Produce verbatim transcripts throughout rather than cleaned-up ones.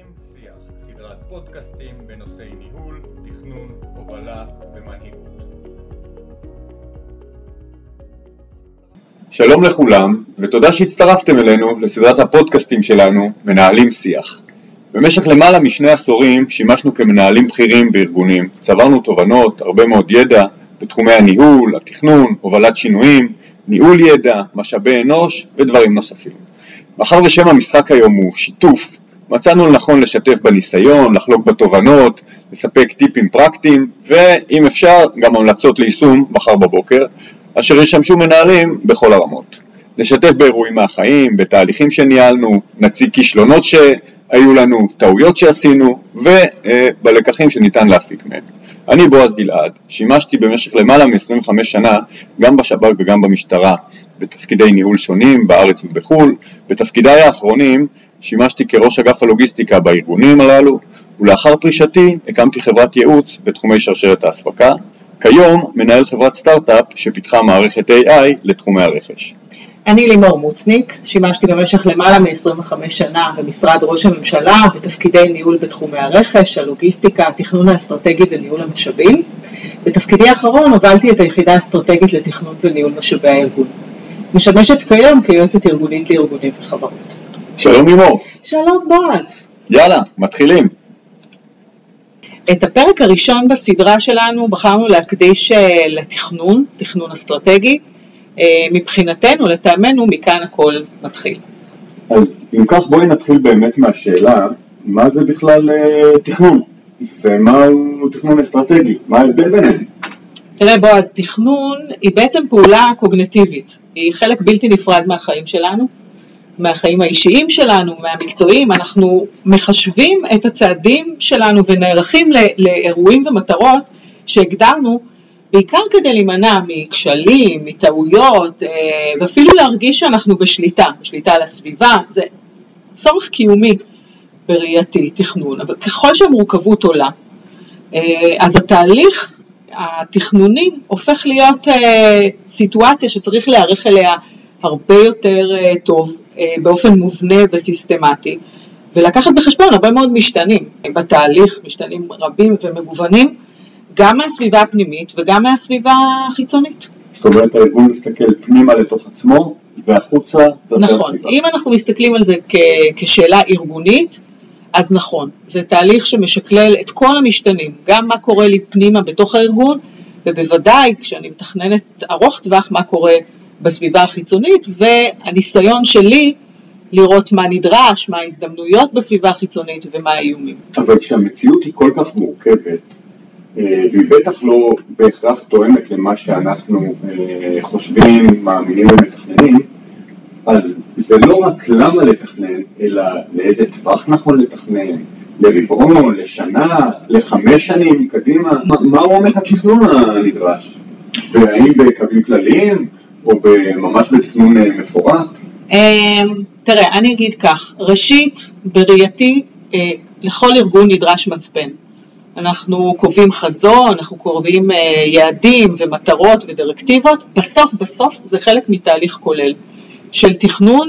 מנהלים שיח, סדרת פודקאסטים בנושאי ניהול, תכנון, הובלה ומנהיגות. שלום לכולם, ותודה שהצטרפתם אלינו לסדרת הפודקאסטים שלנו, מנהלים שיח. במשך למעלה משני עשורים שימשנו כמנהלים בכירים בארגונים, צברנו תובנות, הרבה מאוד ידע בתחומי הניהול, התכנון, הובלת שינויים, ניהול ידע, משאבי אנוש ודברים נוספים. מאחר ושם המשחק היום הוא שיתוף, מצאנו לנכון לשתף בניסיון, לחלוק בתובנות, לספק טיפים פרקטיים, ואם אפשר גם המלצות ליישום מחר בבוקר, אשר ישמשו מנהלים בכל הרמות. נשתף באירועים מהחיים, בתהליכים שניהלנו, נציג כישלונות שהיו לנו, טעויות שעשינו, ובלקחים שניתן להפיק מהם. אני בועז גלעד, שימשתי במשך למעלה מ-עשרים וחמש שנה, גם בשב"כ וגם במשטרה, בתפקידי ניהול שונים בארץ ובחו"ל. בתפקידיי האחרונים שימשתי כראש אגף הלוגיסטיקה בארגונים הללו, ולאחר פרישתי הקמתי חברת ייעוץ בתחומי שרשרת האספקה. כיום מנהל חברת סטארט-אפ שפיתחה מערכת איי איי לתחומי הרכש. אני לימור מוצניק, שימשתי במשך למעלה מ-עשרים וחמש שנה במשרד ראש הממשלה, בתפקידי ניהול בתחומי הרכש, הלוגיסטיקה, התכנון האסטרטגי וניהול המשאבים. בתפקידי האחרון הובלתי את היחידה האסטרטגית לתכנון וניהול משאבי הארגון. משמשת כיום כיועצת ארגונית לארגונים וחברות. שלום לימור. שלום בועז. יאללה, מתחילים. את הפרק הראשון בסדרה שלנו בחרנו להקדיש לתכנון, תכנון אסטרטגי. מבחינתנו, לטעמנו, מכאן הכל מתחיל. אז אם כך בואי נתחיל באמת מהשאלה, מה זה בכלל תכנון? ומהו תכנון אסטרטגי? מה ההבדל ביניהם? תראה בועז, תכנון היא בעצם פעולה קוגניטיבית. היא חלק בלתי נפרד מהחיים שלנו, מהחיים האישיים שלנו, מהמקצועיים. אנחנו מחשבים את הצעדים שלנו ונערכים לאירועים ומטרות שהגדרנו, בעיקר כדי להימנע מכשלים, מטעויות, ואפילו להרגיש שאנחנו בשליטה, בשליטה על הסביבה. זה צורך קיומי בראייתי, תכנון. אבל ככל שהמורכבות עולה, אז התהליך התכנוני הופך להיות סיטואציה שצריך להיערך אליה הרבה יותר טוב, באופן מובנה וסיסטמטי, ולקחת בחשבון הרבה מאוד משתנים בתהליך, משתנים רבים ומגוונים, גם מהסביבה הפנימית וגם מהסביבה החיצונית. זאת אומרת, הארגון מסתכל פנימה לתוך עצמו והחוצה. נכון, אם אנחנו מסתכלים על זה כ- כשאלה ארגונית, אז נכון, זה תהליך שמשקלל את כל המשתנים, גם מה קורה לי פנימה בתוך הארגון, ובוודאי כשאני מתכננת ארוך טווח מה קורה בסביבה החיצונית, והניסיון שלי לראות מה נדרש, מה ההזדמנויות בסביבה החיצונית ומה האיומים. אבל כשהמציאות היא כל כך מורכבת, והיא בטח לא בהכרח תואמת למה שאנחנו חושבים, מאמינים ומתכננים, אז זה לא רק למה לתכנן, אלא לאיזה טווח נכון לתכנן, לרבעון, לשנה, לחמש שנים קדימה, מה הוא עומק התכנון הנדרש? והאם בקווים כלליים או ממש בתכנון מפורט? תראה, אני אגיד כך, ראשית, בראייתי, לכל ארגון נדרש מצפן. אנחנו קובעים חזון, אנחנו קובעים יעדים ומטרות ודירקטיבות, בסוף בסוף זה חלק מתהליך כולל של תכנון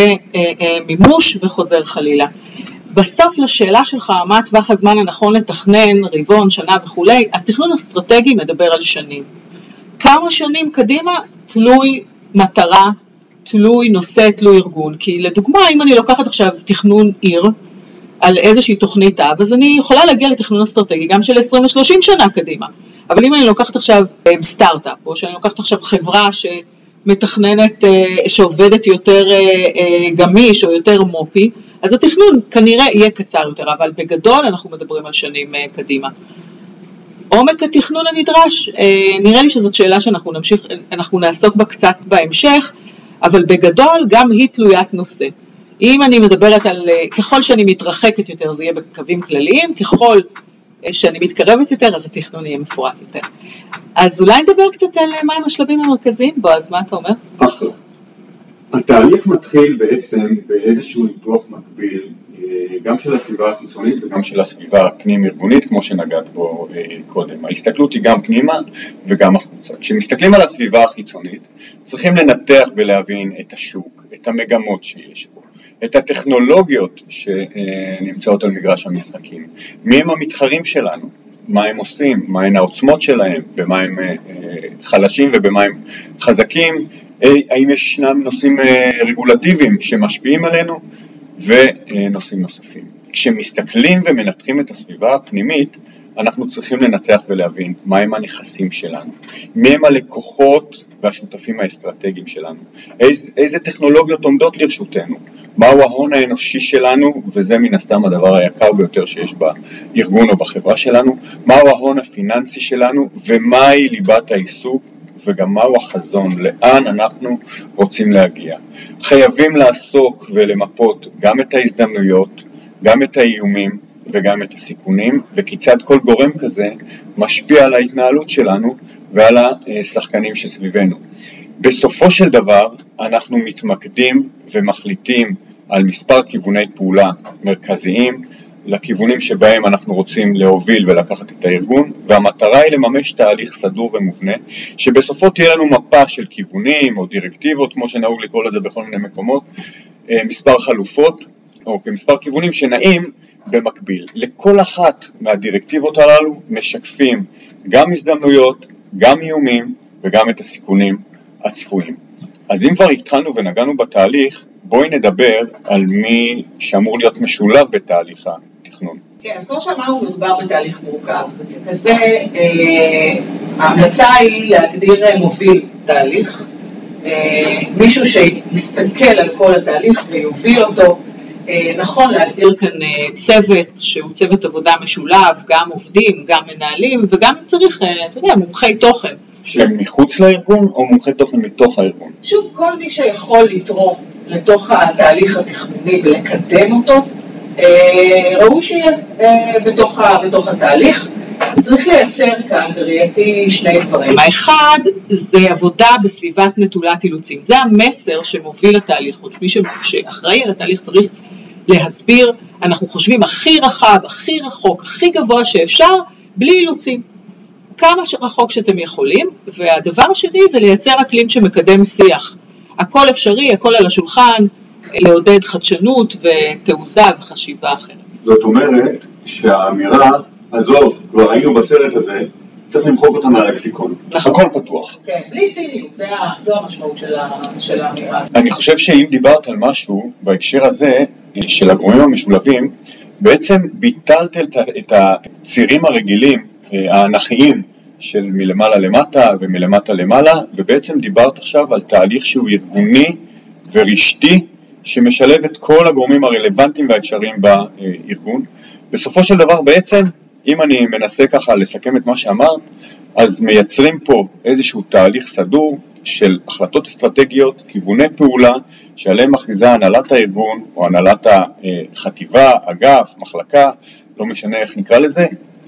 ומימוש וחוזר חלילה. בסוף לשאלה שלך, מה טווח הזמן הנכון לתכנן, רבעון, שנה וכו', אז תכנון אסטרטגי מדבר על שנים. כמה שנים קדימה תלוי מטרה, תלוי נושא, תלוי ארגון. כי לדוגמה, אם אני לוקחת עכשיו תכנון עיר, על איזושהי תוכנית אב, אז אני יכולה להגיע לתכנון אסטרטגי גם של עשרים ושלושים שנה קדימה. אבל אם אני לוקחת עכשיו סטארט-אפ, או שאני לוקחת עכשיו חברה שמתכננת, שעובדת יותר גמיש או יותר מופי, אז התכנון כנראה יהיה קצר יותר, אבל בגדול אנחנו מדברים על שנים קדימה. עומק התכנון הנדרש, נראה לי שזאת שאלה שאנחנו נמשיך, אנחנו נעסוק בה קצת בהמשך, אבל בגדול גם היא תלוית נושא. אם אני מדברת על, ככל שאני מתרחקת יותר זה יהיה בקווים כלליים, ככל שאני מתקרבת יותר אז התכנון יהיה מפורט יותר. אז אולי נדבר קצת על מה הם השלבים המרכזיים בו, אז מה אתה אומר? אחלה. התהליך מתחיל בעצם באיזשהו ניתוח מקביל, גם של הסביבה החיצונית וגם של הסביבה הפנים-ארגונית, כמו שנגעת בו קודם. ההסתכלות היא גם פנימה וגם החוצה. כשמסתכלים על הסביבה החיצונית, צריכים לנתח ולהבין את השוק, את המגמות שיש בו, את הטכנולוגיות שנמצאות על מגרש המשחקים, מי הם המתחרים שלנו, מה הם עושים, מה הן העוצמות שלהם, במה הם חלשים ובמה הם חזקים, האם ישנם נושאים רגולטיביים שמשפיעים עלינו ונושאים נוספים. כשמסתכלים ומנתחים את הסביבה הפנימית, אנחנו צריכים לנתח ולהבין מהם הנכסים שלנו, מי הם הלקוחות והשותפים האסטרטגיים שלנו, איזה, איזה טכנולוגיות עומדות לרשותנו, מהו ההון האנושי שלנו, וזה מן הסתם הדבר היקר ביותר שיש בארגון או בחברה שלנו, מהו ההון הפיננסי שלנו, ומהי ליבת העיסוק, וגם מהו החזון, לאן אנחנו רוצים להגיע. חייבים לעסוק ולמפות גם את ההזדמנויות, גם את האיומים, וגם את הסיכונים, וכיצד כל גורם כזה משפיע על ההתנהלות שלנו ועל השחקנים שסביבנו. בסופו של דבר אנחנו מתמקדים ומחליטים על מספר כיווני פעולה מרכזיים, לכיוונים שבהם אנחנו רוצים להוביל ולקחת את הארגון, והמטרה היא לממש תהליך סדור ומובנה, שבסופו תהיה לנו מפה של כיוונים או דירקטיבות, כמו שנהוג לקרוא לזה בכל מיני מקומות, מספר חלופות או כמספר כיוונים שנעים במקביל. לכל אחת מהדירקטיבות הללו משקפים גם הזדמנויות, גם איומים וגם את הסיכונים הצפויים. אז אם כבר התחלנו ונגענו בתהליך, בואי נדבר על מי שאמור להיות משולב בתהליך התכנון. כן, אז כמו שאמרנו, מדובר בתהליך מורכב. וכזה, אה, ההמלצה היא להגדיר מוביל תהליך, אה, מישהו שיסתכל על כל התהליך ויוביל אותו. נכון להגדיר כאן צוות שהוא צוות עבודה משולב, גם עובדים, גם מנהלים, וגם צריך, אתה יודע, מומחי תוכן. שהם מחוץ לארגון או מומחי תוכן מתוך הארגון? שוב, כל מי שיכול לתרום לתוך התהליך התכנוני ולקדם אותו, ראוי שיהיה בתוך, בתוך התהליך. צריך לייצר כאן בראייתי שני דברים. האחד זה עבודה בסביבת נטולת אילוצים. זה המסר שמוביל לתהליך. מי שאחראי על התהליך צריך להסביר, אנחנו חושבים הכי רחב, הכי רחוק, הכי גבוה שאפשר, בלי אילוצים. כמה רחוק שאתם יכולים, והדבר השני זה לייצר אקלים שמקדם שיח. הכל אפשרי, הכל על השולחן, לעודד חדשנות ותעוזה וחשיבה אחרת. זאת אומרת שהאמירה, עזוב, כבר היינו בסרט הזה, צריך למחוק אותה מהלקסיקון. הכל פתוח. כן, בלי ציניות, זו המשמעות של האמירה. אני חושב שאם דיברת על משהו בהקשר הזה של הגורמים המשולבים, בעצם ביטלת את הצירים הרגילים, האנכיים, של מלמעלה למטה ומלמטה למעלה, ובעצם דיברת עכשיו על תהליך שהוא ארגוני ורשתי, שמשלב את כל הגורמים הרלוונטיים והאפשריים בארגון. בסופו של דבר בעצם, אם אני מנסה ככה לסכם את מה שאמרת, אז מייצרים פה איזשהו תהליך סדור של החלטות אסטרטגיות, כיווני פעולה, שעליהם מכריזה הנהלת הארגון, או הנהלת החטיבה, אגף, מחלקה, לא משנה איך נקרא לזה,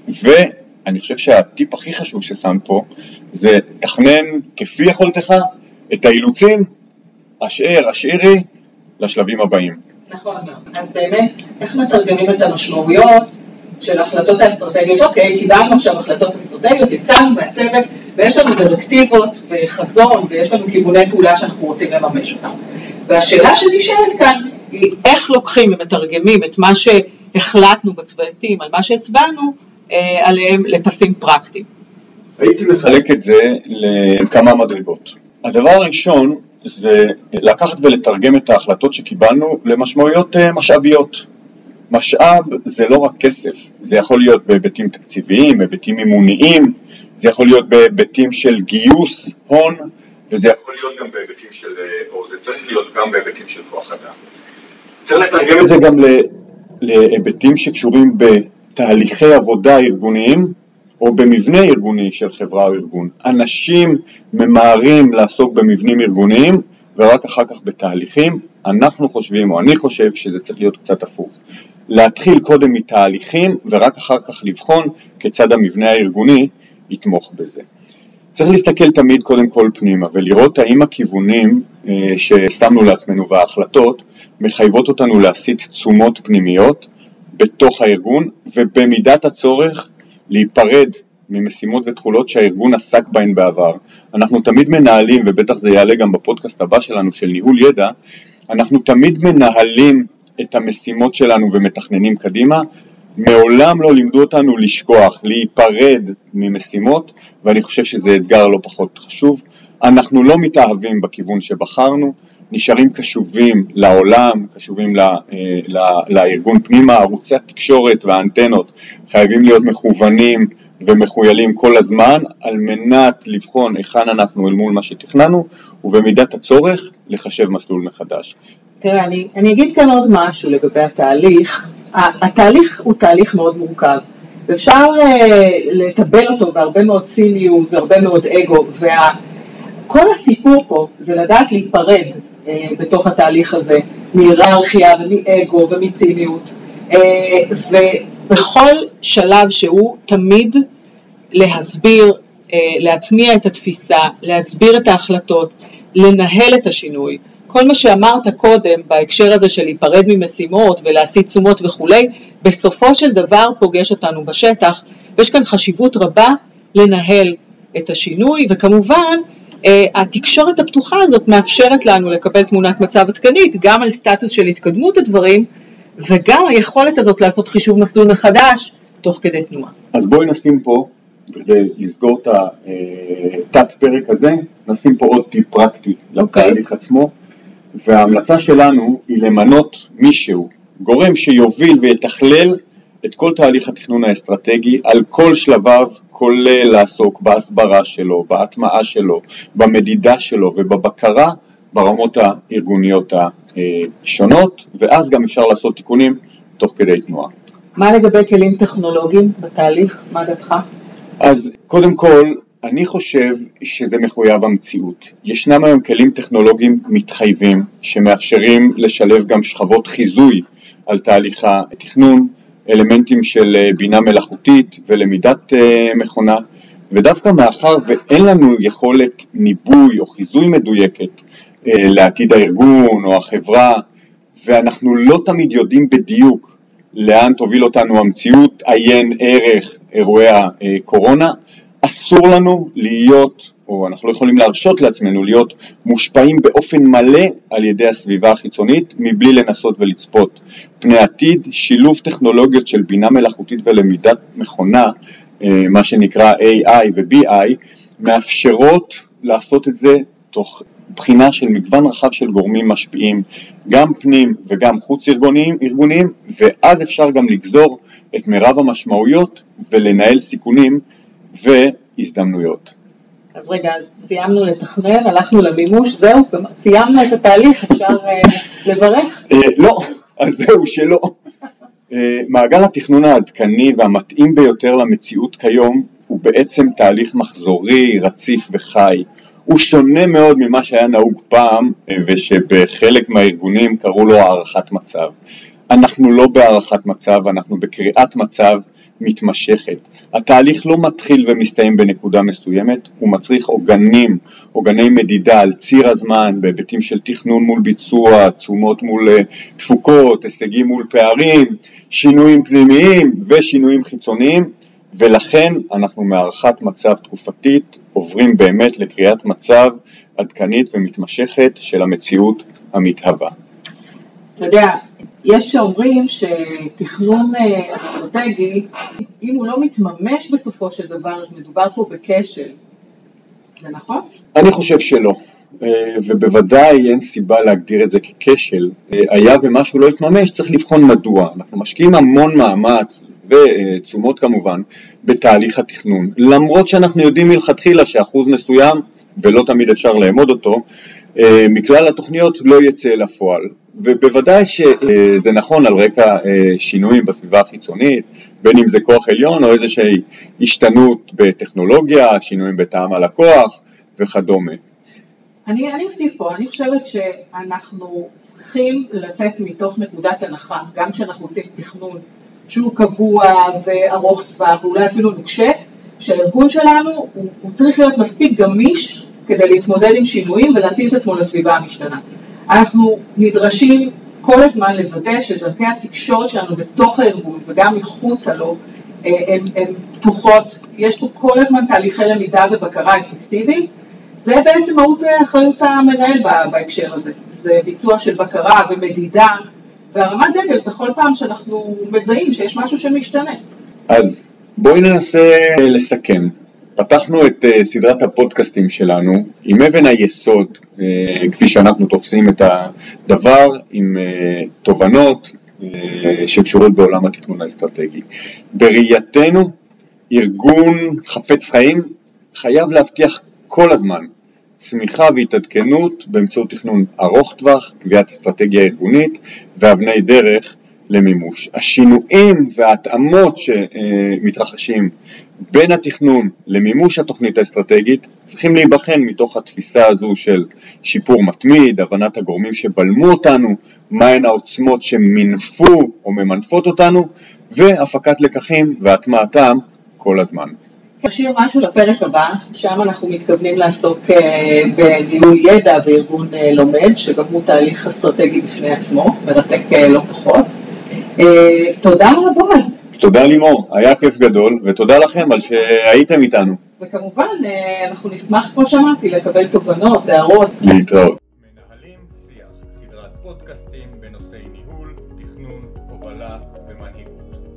ואני חושב שהטיפ הכי חשוב ששם פה, זה תכנן כפי יכולתך את האילוצים, אשאר, אשאירי, לשלבים הבאים. נכון, אז באמת, איך מתרגמים את המשמעויות של החלטות האסטרטגיות? אוקיי, קיבלנו עכשיו החלטות אסטרטגיות, יצאנו מהצוות, ויש לנו דירקטיבות וחזון, ויש לנו כיווני פעולה שאנחנו רוצים לממש אותם. והשאלה שנשאלת כאן היא איך לוקחים ומתרגמים את מה שהחלטנו בצוותים, על מה שהצבענו אה, עליהם לפסים פרקטיים. הייתי מחלק את זה לכמה מדרגות. הדבר הראשון זה לקחת ולתרגם את ההחלטות שקיבלנו למשמעויות משאביות. משאב זה לא רק כסף, זה יכול להיות בהיבטים תקציביים, בהיבטים אימוניים, זה יכול להיות בהיבטים של גיוס הון, וזה יכול להיות גם בהיבטים של, או זה צריך להיות גם בהיבטים של כוח אדם. צריך לתרגם את זה גם להיבטים שקשורים בתהליכי עבודה ארגוניים, או במבנה ארגוני של חברה או ארגון. אנשים ממהרים לעסוק במבנים ארגוניים, ורק אחר כך בתהליכים. אנחנו חושבים, או אני חושב, שזה צריך להיות קצת הפוך. להתחיל קודם מתהליכים, ורק אחר כך לבחון כיצד המבנה הארגוני יתמוך בזה. צריך להסתכל תמיד קודם כל פנימה, ולראות האם הכיוונים אה, ששמנו לעצמנו וההחלטות, מחייבות אותנו להסיט תשומות פנימיות בתוך הארגון, ובמידת הצורך להיפרד ממשימות ותחולות שהארגון עסק בהן בעבר. אנחנו תמיד מנהלים, ובטח זה יעלה גם בפודקאסט הבא שלנו של ניהול ידע, אנחנו תמיד מנהלים את המשימות שלנו ומתכננים קדימה, מעולם לא לימדו אותנו לשכוח, להיפרד ממשימות, ואני חושב שזה אתגר לא פחות חשוב. אנחנו לא מתאהבים בכיוון שבחרנו, נשארים קשובים לעולם, קשובים לא, לא, לארגון פנימה, ערוצי התקשורת והאנטנות חייבים להיות מכוונים ומחוילים כל הזמן, על מנת לבחון היכן אנחנו אל מול מה שתכננו, ובמידת הצורך לחשב מסלול מחדש. תראה, אני, אני אגיד כאן עוד משהו לגבי התהליך. התהליך הוא תהליך מאוד מורכב, ואפשר uh, לטבל אותו בהרבה מאוד ציניות והרבה מאוד אגו, וכל הסיפור פה זה לדעת להיפרד uh, בתוך התהליך הזה, מהיררכיה ומאגו ומציניות, uh, ובכל שלב שהוא תמיד להסביר, uh, להטמיע את התפיסה, להסביר את ההחלטות, לנהל את השינוי. כל מה שאמרת קודם בהקשר הזה של להיפרד ממשימות ולהסיט תשומות וכולי, בסופו של דבר פוגש אותנו בשטח, ויש כאן חשיבות רבה לנהל את השינוי, וכמובן התקשורת הפתוחה הזאת מאפשרת לנו לקבל תמונת מצב עדכנית, גם על סטטוס של התקדמות הדברים, וגם היכולת הזאת לעשות חישוב מסלול מחדש תוך כדי תנועה. אז בואי נשים פה, כדי לסגור את התת פרק הזה, נשים פה עוד טיפ פרקטי לתהליך עצמו, וההמלצה שלנו היא למנות מישהו, גורם שיוביל ויתכלל את כל תהליך התכנון האסטרטגי על כל שלביו, כולל לעסוק בהסברה שלו, בהטמעה שלו, במדידה שלו ובבקרה ברמות הארגוניות השונות, ואז גם אפשר לעשות תיקונים תוך כדי תנועה. מה לגבי כלים טכנולוגיים בתהליך? מה דעתך? אז קודם כל, אני חושב שזה מחויב המציאות. ישנם היום כלים טכנולוגיים מתחייבים שמאפשרים לשלב גם שכבות חיזוי על תהליך התכנון, אלמנטים של בינה מלאכותית ולמידת מכונה, ודווקא מאחר ואין לנו יכולת ניבוי או חיזוי מדויקת לעתיד הארגון או החברה, ואנחנו לא תמיד יודעים בדיוק לאן תוביל אותנו המציאות, עיין ערך אירועי הקורונה, אסור לנו להיות, או אנחנו לא יכולים להרשות לעצמנו להיות מושפעים באופן מלא על ידי הסביבה החיצונית, מבלי לנסות ולצפות פני עתיד. שילוב טכנולוגיות של בינה מלאכותית ולמידת מכונה, מה שנקרא איי איי ו-בי איי, מאפשרות לעשות את זה תוך בחינה של מגוון רחב של גורמים משפיעים, גם פנים וגם חוץ ארגוניים, ארגוניים, ואז אפשר גם לגזור את מרב המשמעויות ולנהל סיכונים והזדמנויות. אז רגע, אז סיימנו לתכנן, הלכנו למימוש, זהו, סיימנו את התהליך, אפשר לברך? לא, אז זהו שלא. מעגל התכנון העדכני והמתאים ביותר למציאות כיום הוא בעצם תהליך מחזורי, רציף וחי. הוא שונה מאוד ממה שהיה נהוג פעם, ושבחלק מהארגונים קראו לו הערכת מצב. אנחנו לא בהערכת מצב, אנחנו בקריאת מצב מתמשכת. התהליך לא מתחיל ומסתיים בנקודה מסוימת, הוא מצריך עוגנים, עוגני מדידה על ציר הזמן, בהיבטים של תכנון מול ביצוע, תשומות מול תפוקות, הישגים מול פערים, שינויים פנימיים ושינויים חיצוניים, ולכן אנחנו מהערכת מצב תקופתית עוברים באמת לקריאת מצב עדכנית ומתמשכת של המציאות המתהווה. אתה יודע, יש שאומרים שתכנון אסטרטגי, אם הוא לא מתממש בסופו של דבר, אז מדובר פה בכשל. זה נכון? אני חושב שלא, ובוודאי אין סיבה להגדיר את זה ככשל. היה ומשהו לא יתממש, צריך לבחון מדוע. אנחנו משקיעים המון מאמץ ותשומות כמובן בתהליך התכנון, למרות שאנחנו יודעים מלכתחילה שאחוז מסוים, ולא תמיד אפשר לאמוד אותו, מכלל התוכניות לא יצא לפועל. ובוודאי שזה נכון על רקע שינויים בסביבה החיצונית, בין אם זה כוח עליון או איזושהי השתנות בטכנולוגיה, שינויים בטעם הלקוח וכדומה. אני, אני אוסיף פה, אני חושבת שאנחנו צריכים לצאת מתוך נקודת הנחה, גם כשאנחנו עושים תכנון שהוא קבוע וארוך טווח, ואולי אפילו נוקשה, שהארגון שלנו הוא, הוא צריך להיות מספיק גמיש כדי להתמודד עם שינויים ולהתאים את עצמו לסביבה המשתנה. אנחנו נדרשים כל הזמן לוודא שדרכי התקשורת שלנו בתוך הארגון וגם מחוצה לו הן פתוחות. יש פה כל הזמן תהליכי למידה ובקרה אפקטיביים, זה בעצם מהות אחריות המנהל בהקשר הזה. זה ביצוע של בקרה ומדידה, והרמת דגל בכל פעם שאנחנו מזהים שיש משהו שמשתנה. אז בואי ננסה לסכם. פתחנו את סדרת הפודקאסטים שלנו עם אבן היסוד, כפי שאנחנו תופסים את הדבר, עם תובנות שקשורות בעולם התכנון האסטרטגי. בראייתנו, ארגון חפץ חיים חייב להבטיח כל הזמן צמיחה והתעדכנות באמצעות תכנון ארוך טווח, קביעת אסטרטגיה ארגונית ואבני דרך למימוש. השינויים וההתאמות שמתרחשים בין התכנון למימוש התוכנית האסטרטגית צריכים להיבחן מתוך התפיסה הזו של שיפור מתמיד, הבנת הגורמים שבלמו אותנו, מהן העוצמות שמנפו או ממנפות אותנו, והפקת לקחים והטמעתם כל הזמן. נשאיר משהו לפרק הבא, שם אנחנו מתכוונים לעסוק בניהול ידע וארגון לומד, שגם הוא תהליך אסטרטגי בפני עצמו, מרתק לא פחות. תודה רבה. תודה לימור, היה כיף גדול, ותודה לכם על שהייתם איתנו. וכמובן, אנחנו נשמח, כמו שאמרתי, לקבל תובנות, הערות. להתראות. מנהלים שיח, סדרת פודקאסטים בנושאי ניהול, תכנון, הובלה ומנהיגות.